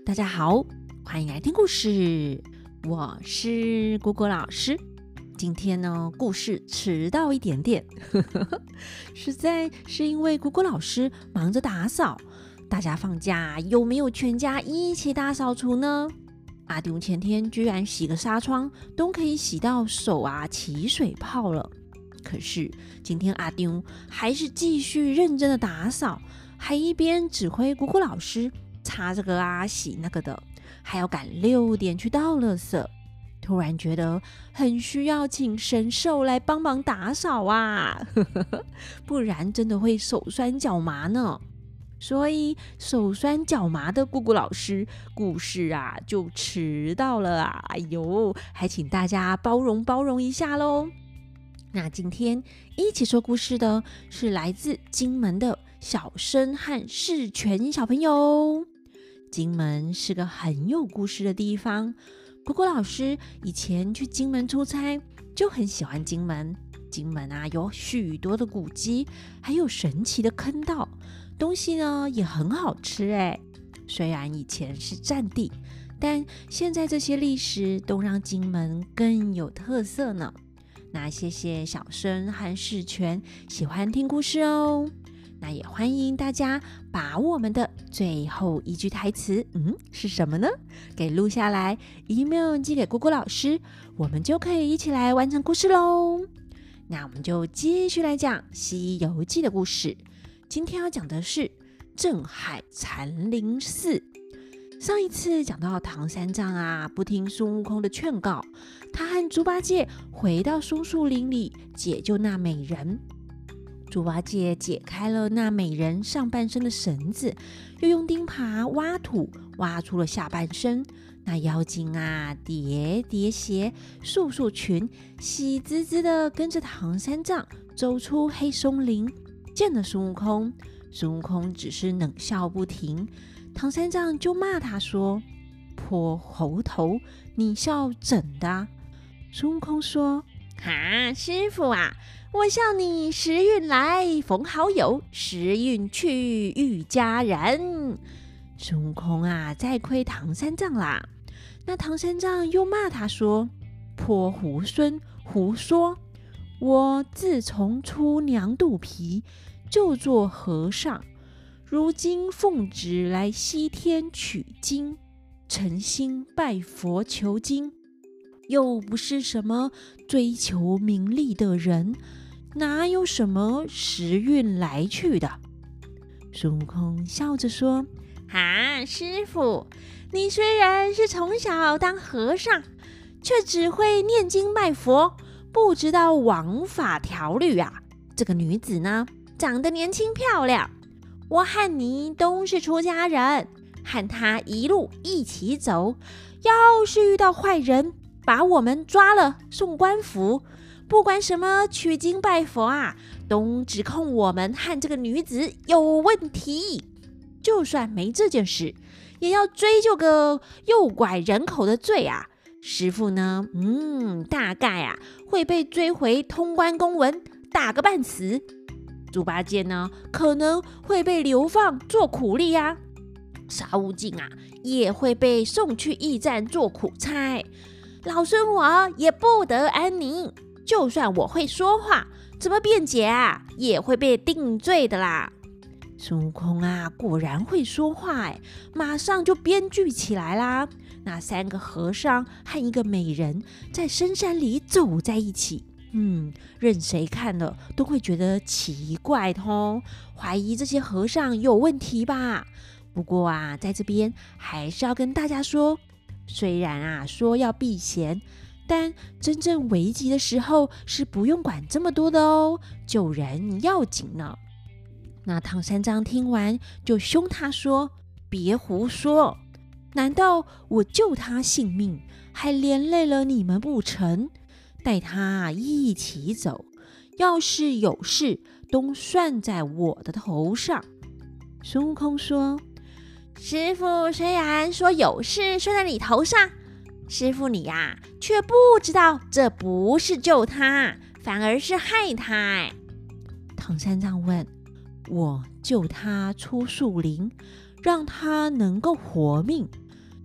大家好，欢迎来听故事，我是果果老师。今天呢，故事迟到一点点，实在是因为果果老师忙着打扫。大家放假有没有全家一起大扫除呢？阿丢前天居然洗个纱窗都可以洗到手起水泡了。可是今天阿丢还是继续认真的打扫，还一边指挥果果老师擦这个洗那个的，还要赶6点去倒垃圾。突然觉得很需要请神兽来帮忙打扫不然真的会手酸脚麻呢。所以手酸脚麻的姑姑老师故事就迟到了哎呦，还请大家包容一下咯。那今天一起说故事的是来自金门的小生和世全小朋友。金门是个很有故事的地方，果果老师以前去金门出差就很喜欢金门。金门有许多的古迹，还有神奇的坑道，东西呢也很好吃虽然以前是战地，但现在这些历史都让金门更有特色呢。那谢谢小生和世全喜欢听故事哦。那也欢迎大家把我们的最后一句台词是什么呢？给录下来 email 寄给果果老师，我们就可以一起来完成故事咯。那我们就继续来讲西游记的故事。今天要讲的是镇海禅林寺。上一次讲到唐三藏不听孙悟空的劝告，他和猪八戒回到松树林里解救那美人。猪八戒解开了那美人上半身的绳子，又用钉耙挖土，挖出了下半身。那妖精叠叠鞋、素素裙，喜滋滋的跟着唐三藏走出黑松林，见了孙悟空。孙悟空只是冷笑不停，唐三藏就骂他说：“泼猴头，你笑怎的？”孙悟空说：“师傅我笑你时运来逢好友，时运去遇佳人。”孙悟空再亏唐三藏啦。那唐三藏又骂他说：“泼猢狲，胡说！我自从出娘肚皮就做和尚，如今奉旨来西天取经，诚心拜佛求经，又不是什么追求名利的人，哪有什么时运来去的？”孙悟空笑着说：“师傅，你虽然是从小当和尚，却只会念经拜佛，不知道王法条律这个女子呢，长得年轻漂亮，我和你都是出家人，和她一路一起走，要是遇到坏人，把我们抓了送官府，不管什么取经拜佛都指控我们和这个女子有问题。就算没这件事，也要追究个诱拐人口的罪师傅呢，大概会被追回通关公文，打个半死。猪八戒呢，可能会被流放做苦力沙悟净也会被送去驿站做苦差。老孙我也不得安宁，就算我会说话，怎么辩解也会被定罪的啦。孙悟空果然会说话马上就编剧起来啦。那3个和尚和一个美人在深山里走在一起，任谁看了都会觉得奇怪怀疑这些和尚有问题吧。不过在这边还是要跟大家说，虽然说要避嫌，但真正危急的时候是不用管这么多的哦，救人要紧呢。那唐三藏听完就凶他说：“别胡说，难道我救他性命还连累了你们不成？带他一起走，要是有事都算在我的头上。”孙悟空说：“师傅虽然说有事算在你头上，师傅你却不知道这不是救他，反而是害他唐三藏问：“我救他出树林，让他能够活命，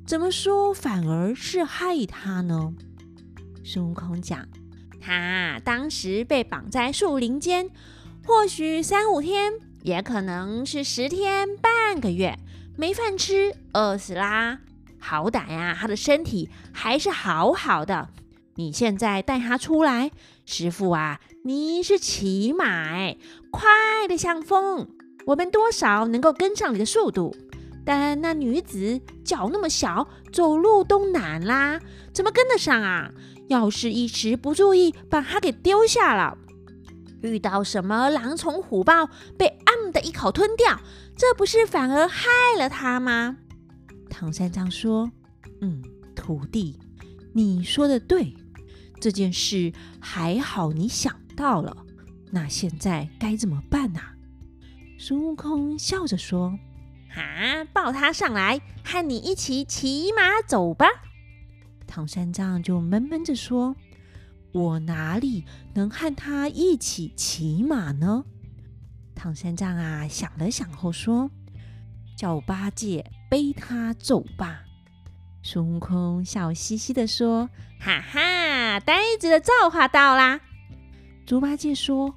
怎么说反而是害他呢？孙悟空讲，他当时被绑在树林间，或许3、5天，也可能是10天、半个月，没饭吃，饿死啦。好歹啊，他的身体还是好好的。你现在带他出来，师父啊，你是骑马快得像风，我们多少能够跟上你的速度。但那女子脚那么小，走路都难啦，怎么跟得上啊？要是一时不注意，把她给丢下了，遇到什么狼虫虎豹，被的一口吞掉，这不是反而害了她吗？唐三藏说，徒弟，你说的对，这件事还好你想到了，那现在该怎么办啊？孙悟空笑着说，抱他上来，和你一起骑马走吧。唐三藏就闷闷着说，我哪里能和他一起骑马呢？唐三藏啊想了想后说，叫八戒背他走吧。孙悟空笑嘻嘻的说，哈哈，呆子的造化到啦。猪八戒说，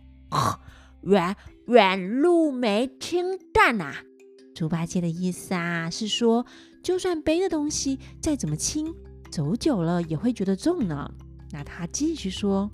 远路没轻担啊。猪八戒的意思啊是说，就算背的东西再怎么轻，走久了也会觉得重呢。那他继续说，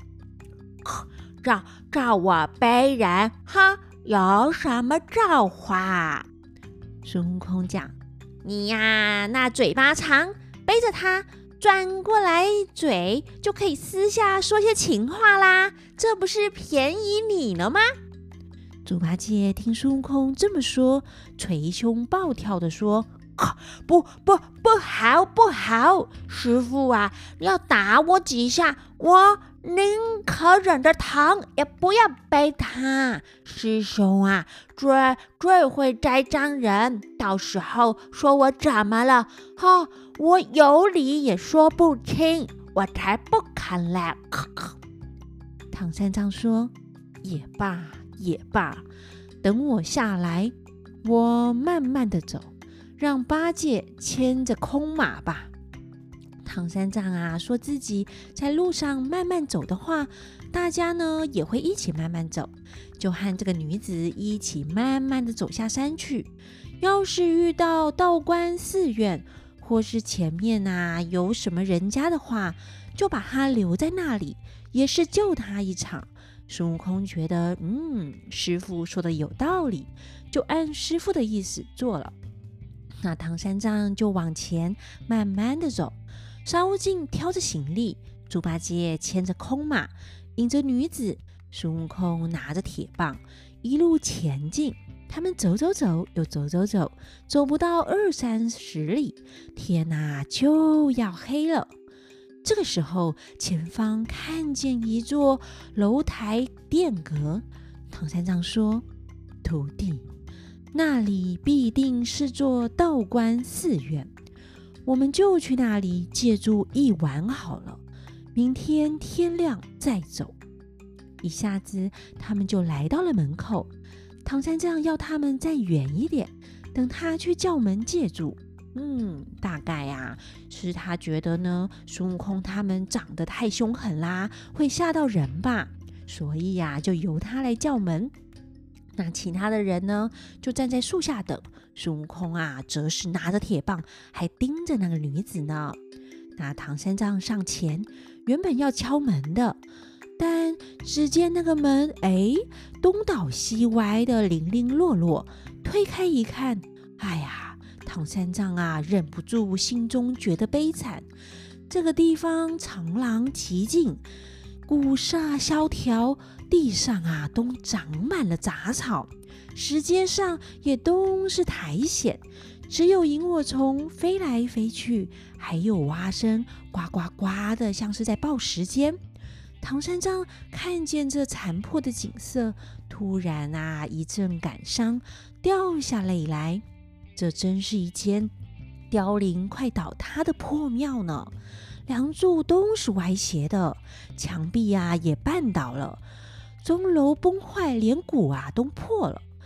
照我背人哈，有什么造化？孙悟空讲，你呀那嘴巴长，背着它转过来嘴就可以私下说些情话啦，这不是便宜你了吗？猪八戒听孙悟空这么说，捶胸暴跳的说，不好，师父啊，要打我几下，我宁可忍着疼，也不要背他。师兄啊，最会栽赃人，到时候说我怎么了？我有理也说不清，我才不肯嘞。唐三藏说，也罢，等我下来，我慢慢的走，让八戒牵着空马吧。唐三藏啊说自己在路上慢慢走的话，大家呢也会一起慢慢走，就和这个女子一起慢慢的走下山去。要是遇到道观寺院，或是前面啊有什么人家的话，就把她留在那里，也是救她一场。孙悟空觉得师父说的有道理，就按师父的意思做了。那唐三藏就往前慢慢的走，沙悟净挑着行李，猪八戒牵着空马，引着女子，孙悟空拿着铁棒，一路前进。他们走又走不到20-30里，天哪，就要黑了。这个时候，前方看见一座楼台殿阁。唐三藏说，徒弟，那里必定是座道观寺院，我们就去那里借住1晚好了，明天天亮再走。一下子他们就来到了门口，唐三藏要他们再远一点，等他去叫门借住。大概啊是他觉得呢孙悟空他们长得太凶狠啦，会吓到人吧，所以呀就由他来叫门。那其他的人呢就站在树下等，孙悟空啊则是拿着铁棒，还盯着那个女子呢。那唐三藏上前，原本要敲门的，但只见那个门东倒西歪的零零落落，推开一看，哎呀，唐三藏啊忍不住心中觉得悲惨。这个地方长廊极尽，古刹萧条，地上啊都长满了杂草，石阶上也都是苔藓，只有萤火虫飞来飞去，还有蛙声呱呱呱的，像是在报时间。唐三藏看见这残破的景色，突然啊一阵感伤，掉下泪来。这真是一间凋零快倒塌的破庙呢，梁柱都是歪斜的，墙壁啊也绊倒了，钟楼崩坏，连鼓啊都破了。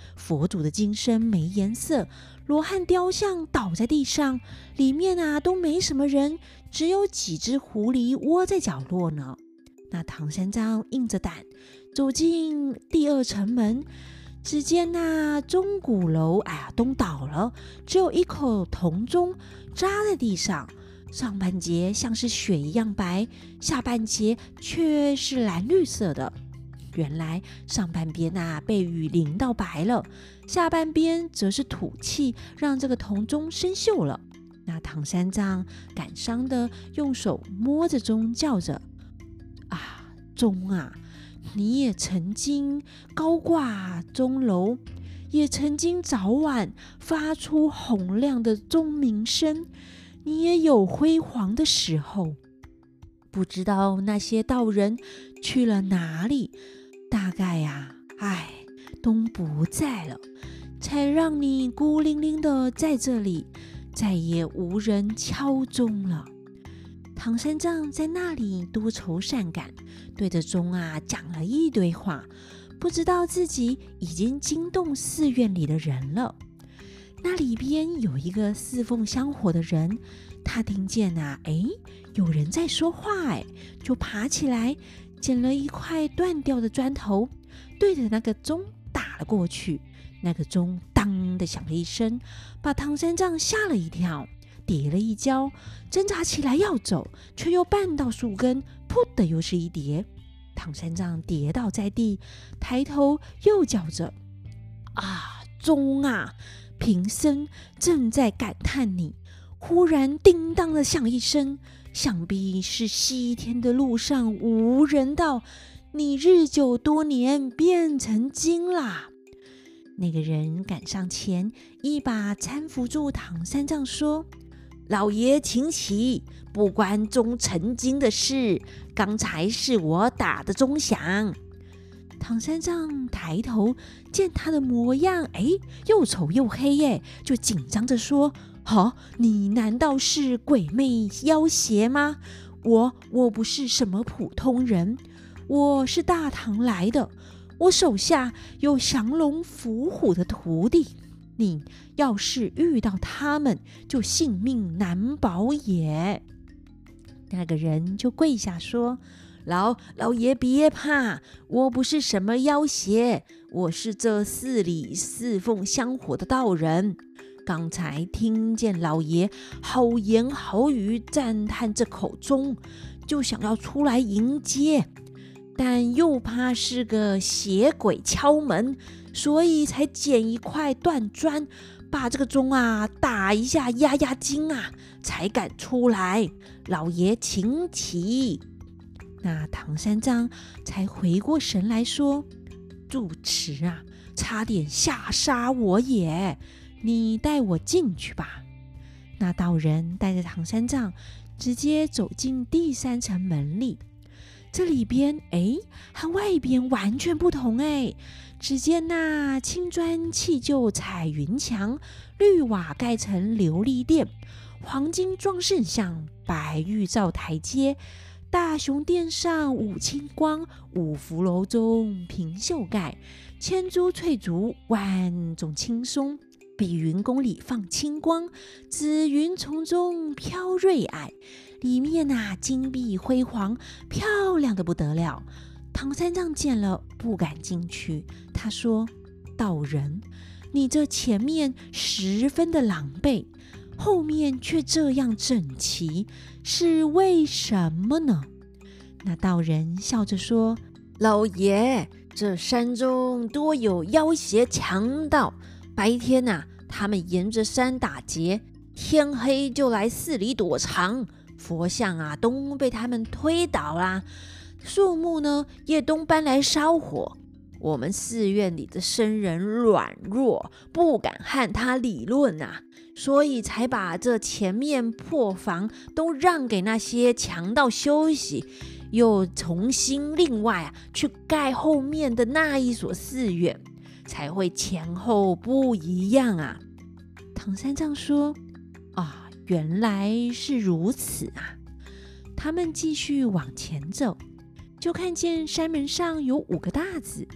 佛祖的金身没颜色，罗汉雕像倒在地上，里面都没什么人，只有几只狐狸窝在角落呢。那唐三藏硬着胆走进第二城门，只见那钟鼓楼东倒了，只有一口铜钟扎在地上，上半截像是雪一样白，下半截却是蓝绿色的。原来上半边被雨淋到白了，下半边则是土气，让这个铜钟生锈了。那唐三藏感伤的用手摸着钟，叫着：钟啊，你也曾经高挂钟楼，也曾经早晚发出洪亮的钟鸣声，你也有辉煌的时候。不知道那些道人去了哪里，大概都不在了，才让你孤零零的在这里，再也无人敲钟了。唐三藏在那里多愁善感，对着钟讲了一堆话，不知道自己已经惊动寺院里的人了。那里边有一个侍奉香火的人，他听见有人在说话，就爬起来捡了一块断掉的砖头，对着那个钟打了过去。那个钟当的响了一声，把唐三藏吓了一跳，跌了一跤，挣扎起来要走，却又绊到树根，噗的又是一跌。唐三藏跌倒在地，抬头又叫着：钟啊！贫僧正在感叹你，忽然叮当的响一声，想必是西天的路上无人道，你日久多年变成精啦。那个人赶上前，一把搀扶住唐三藏，说：老爷请起，不关钟成精的事，刚才是我打的钟响。唐三藏抬头见他的模样，又丑又黑，就紧张着说：你难道是鬼魅妖邪吗？我不是什么普通人，我是大唐来的，我手下有降龙伏虎的徒弟，你要是遇到他们，就性命难保也。那个人就跪下说：老爷别怕，我不是什么妖邪，我是这寺里侍奉香火的道人。刚才听见老爷好言好语赞叹这口钟，就想要出来迎接，但又怕是个邪鬼敲门，所以才捡一块断砖，把这个钟打一下压压惊才敢出来。老爷请起。那唐三藏才回过神来说：住持差点吓杀我也，你带我进去吧。那道人带着唐三藏直接走进第三层门里，这里边和外边完全不同只见那青砖砌就彩云墙，绿瓦盖成琉璃殿，黄金装圣像，白玉造台阶，大雄殿上五青光，五福楼中平秀盖，千株翠竹，万种青松，碧云宫里放青光，紫云丛中飘瑞霭，里面金碧辉煌，漂亮的不得了。唐三藏见了不敢进去，他说：道人，你这前面十分的狼狈，后面却这样整齐，是为什么呢？那道人笑着说：老爷，这山中多有妖邪强盗，白天他们沿着山打劫，天黑就来寺里躲藏，佛像都被他们推倒啦，树木呢也都搬来烧火。我们寺院里的僧人软弱，不敢和他理论所以才把这前面破房都让给那些强盗休息，又重新另外去盖后面的那一所寺院，才会前后不一样唐三藏说：原来是如此他们继续往前走，就看见山门上有5个大字，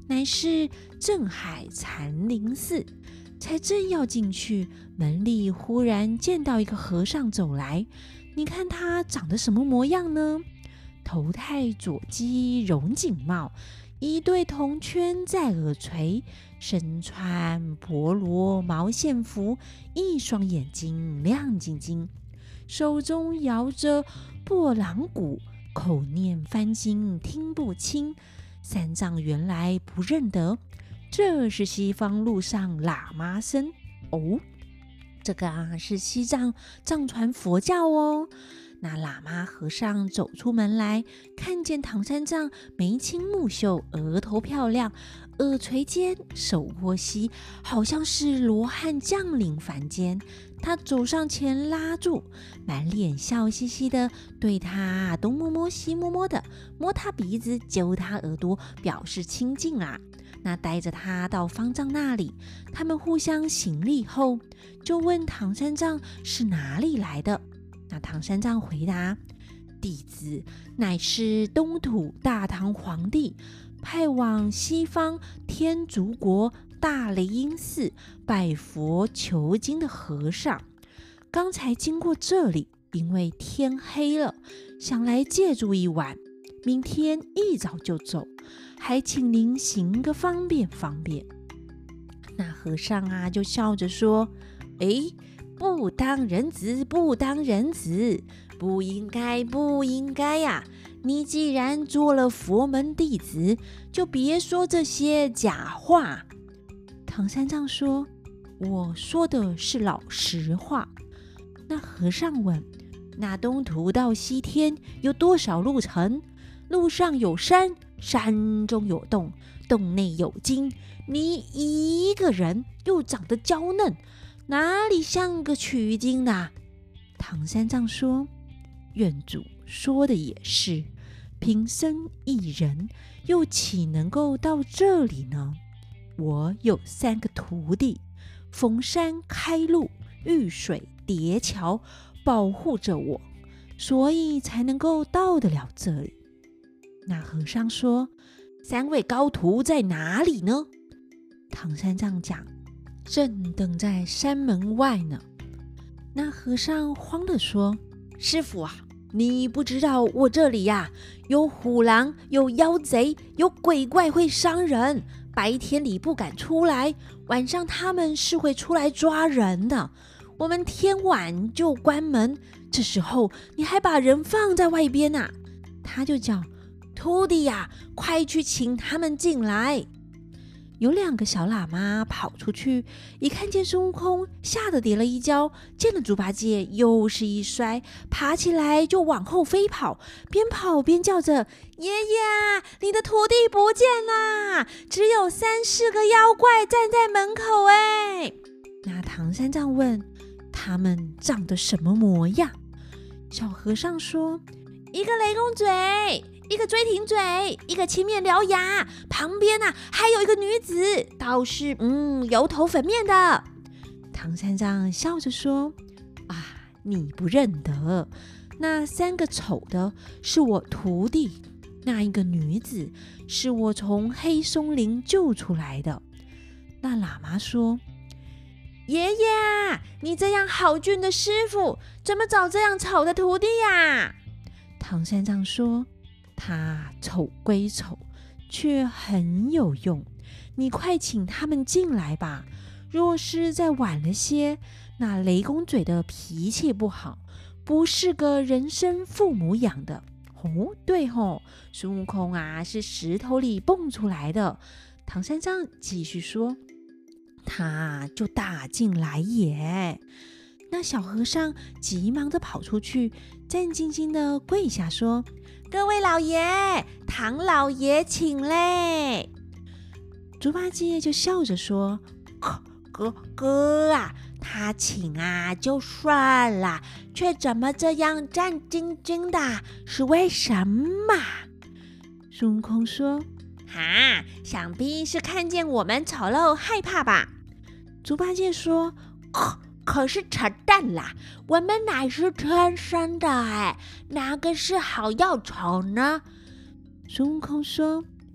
乃是镇海禅林寺。才正要进去，门里忽然见到一个和尚走来。你看他长得什么模样呢？头戴左髻绒锦帽，一对铜圈在耳垂，身穿婆罗毛线服，一双眼睛亮晶晶，手中摇着拨浪鼓，口念梵经听不清。三藏原来不认得，这是西方路上喇嘛僧哦，这个是西藏藏传佛教哦。那喇嘛和尚走出门来，看见唐三藏眉清目秀，额头漂亮，耳垂间，手握膝，好像是罗汉降临凡间。他走上前拉住，满脸笑嘻嘻的，对他东摸摸西摸摸的，摸他鼻子，揪他耳朵，表示亲近啊。那带着他到方丈那里，他们互相行礼后，就问唐三藏是哪里来的。那唐三藏回答：弟子乃是东土大唐皇帝派往西方天竺国大雷音寺拜佛求经的和尚，刚才经过这里，因为天黑了，想来借住一晚，明天一早就走，还请您行个方便方便。那和尚就笑着说：不当人子，不当人子，不应该呀！你既然做了佛门弟子，就别说这些假话。唐三藏说：我说的是老实话。那和尚问：那东土到西天有多少路程？路上有山，山中有洞，洞内有金，你一个人又长得娇嫩，哪里像个取经的？唐三藏说：院主说的也是，贫僧一人，又岂能够到这里呢？我有3个徒弟，逢山开路，遇水叠桥，保护着我，所以才能够到得了这里。那和尚说：3位高徒在哪里呢？唐三藏讲：正等在山门外呢。那和尚慌地说：师父啊，你不知道我这里呀，有虎狼，有妖贼，有鬼怪会伤人，白天里不敢出来，晚上他们是会出来抓人的，我们天晚就关门，这时候你还把人放在外边啊。他就叫徒弟呀，快去请他们进来。有2个小喇嘛跑出去，一看见孙悟空，吓得跌了一跤，见了猪八戒又是一摔，爬起来就往后飞跑，边跑边叫着：爷爷，你的徒弟不见啦，只有3、4个妖怪站在门口哎。那唐三藏问：他们长得什么模样？小和尚说：一个雷公嘴，一个锥挺嘴，一个青面獠牙，旁边还有一个女子，倒是油头粉面的。唐三藏笑着说：你不认得，那3个丑的是我徒弟，那一个女子是我从黑松林救出来的。那喇嘛说：爷爷啊，你这样好俊的师傅，怎么找这样丑的徒弟呀？唐三藏说：他丑归丑，却很有用，你快请他们进来吧。若是再晚了些，那雷公嘴的脾气不好，不是个人生父母养的。对孙悟空是石头里蹦出来的。唐三藏继续说：他就大进来也。那小和尚急忙的跑出去，战兢兢的跪下说：各位老爷，唐老爷请嘞。猪八戒就笑着说：哥啊，他请就算了，却怎么这样战兢兢的，是为什么？孙悟空说：想必是看见我们丑陋害怕吧。猪八戒说：可是扯淡啦，我们乃是天生的哪个是好要丑呢？孙悟空说：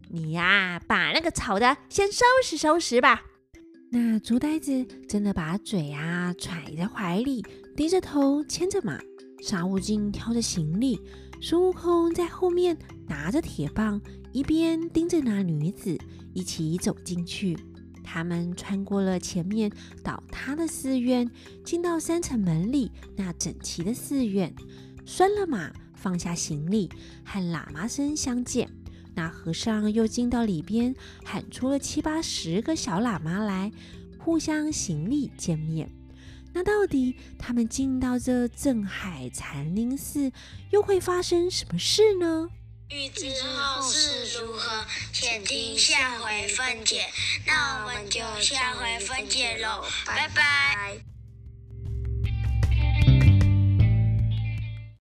你呀，把那个丑的先收拾收拾吧。那猪呆子真的把嘴啊揣在怀里，低着头牵着马，沙悟净挑着行李，孙悟空在后面拿着铁棒，一边盯着那女子，一起走进去。他们穿过了前面倒塌的寺院，进到3层门里那整齐的寺院，拴了马，放下行李，和喇嘛声相见。那和尚又进到里边，喊出了7、80个小喇嘛来，互相行礼见面。那到底他们进到这镇海禅林寺，又会发生什么事呢？ 欲知后事如何，请听下回分解。那我们就下回分解喽，拜拜。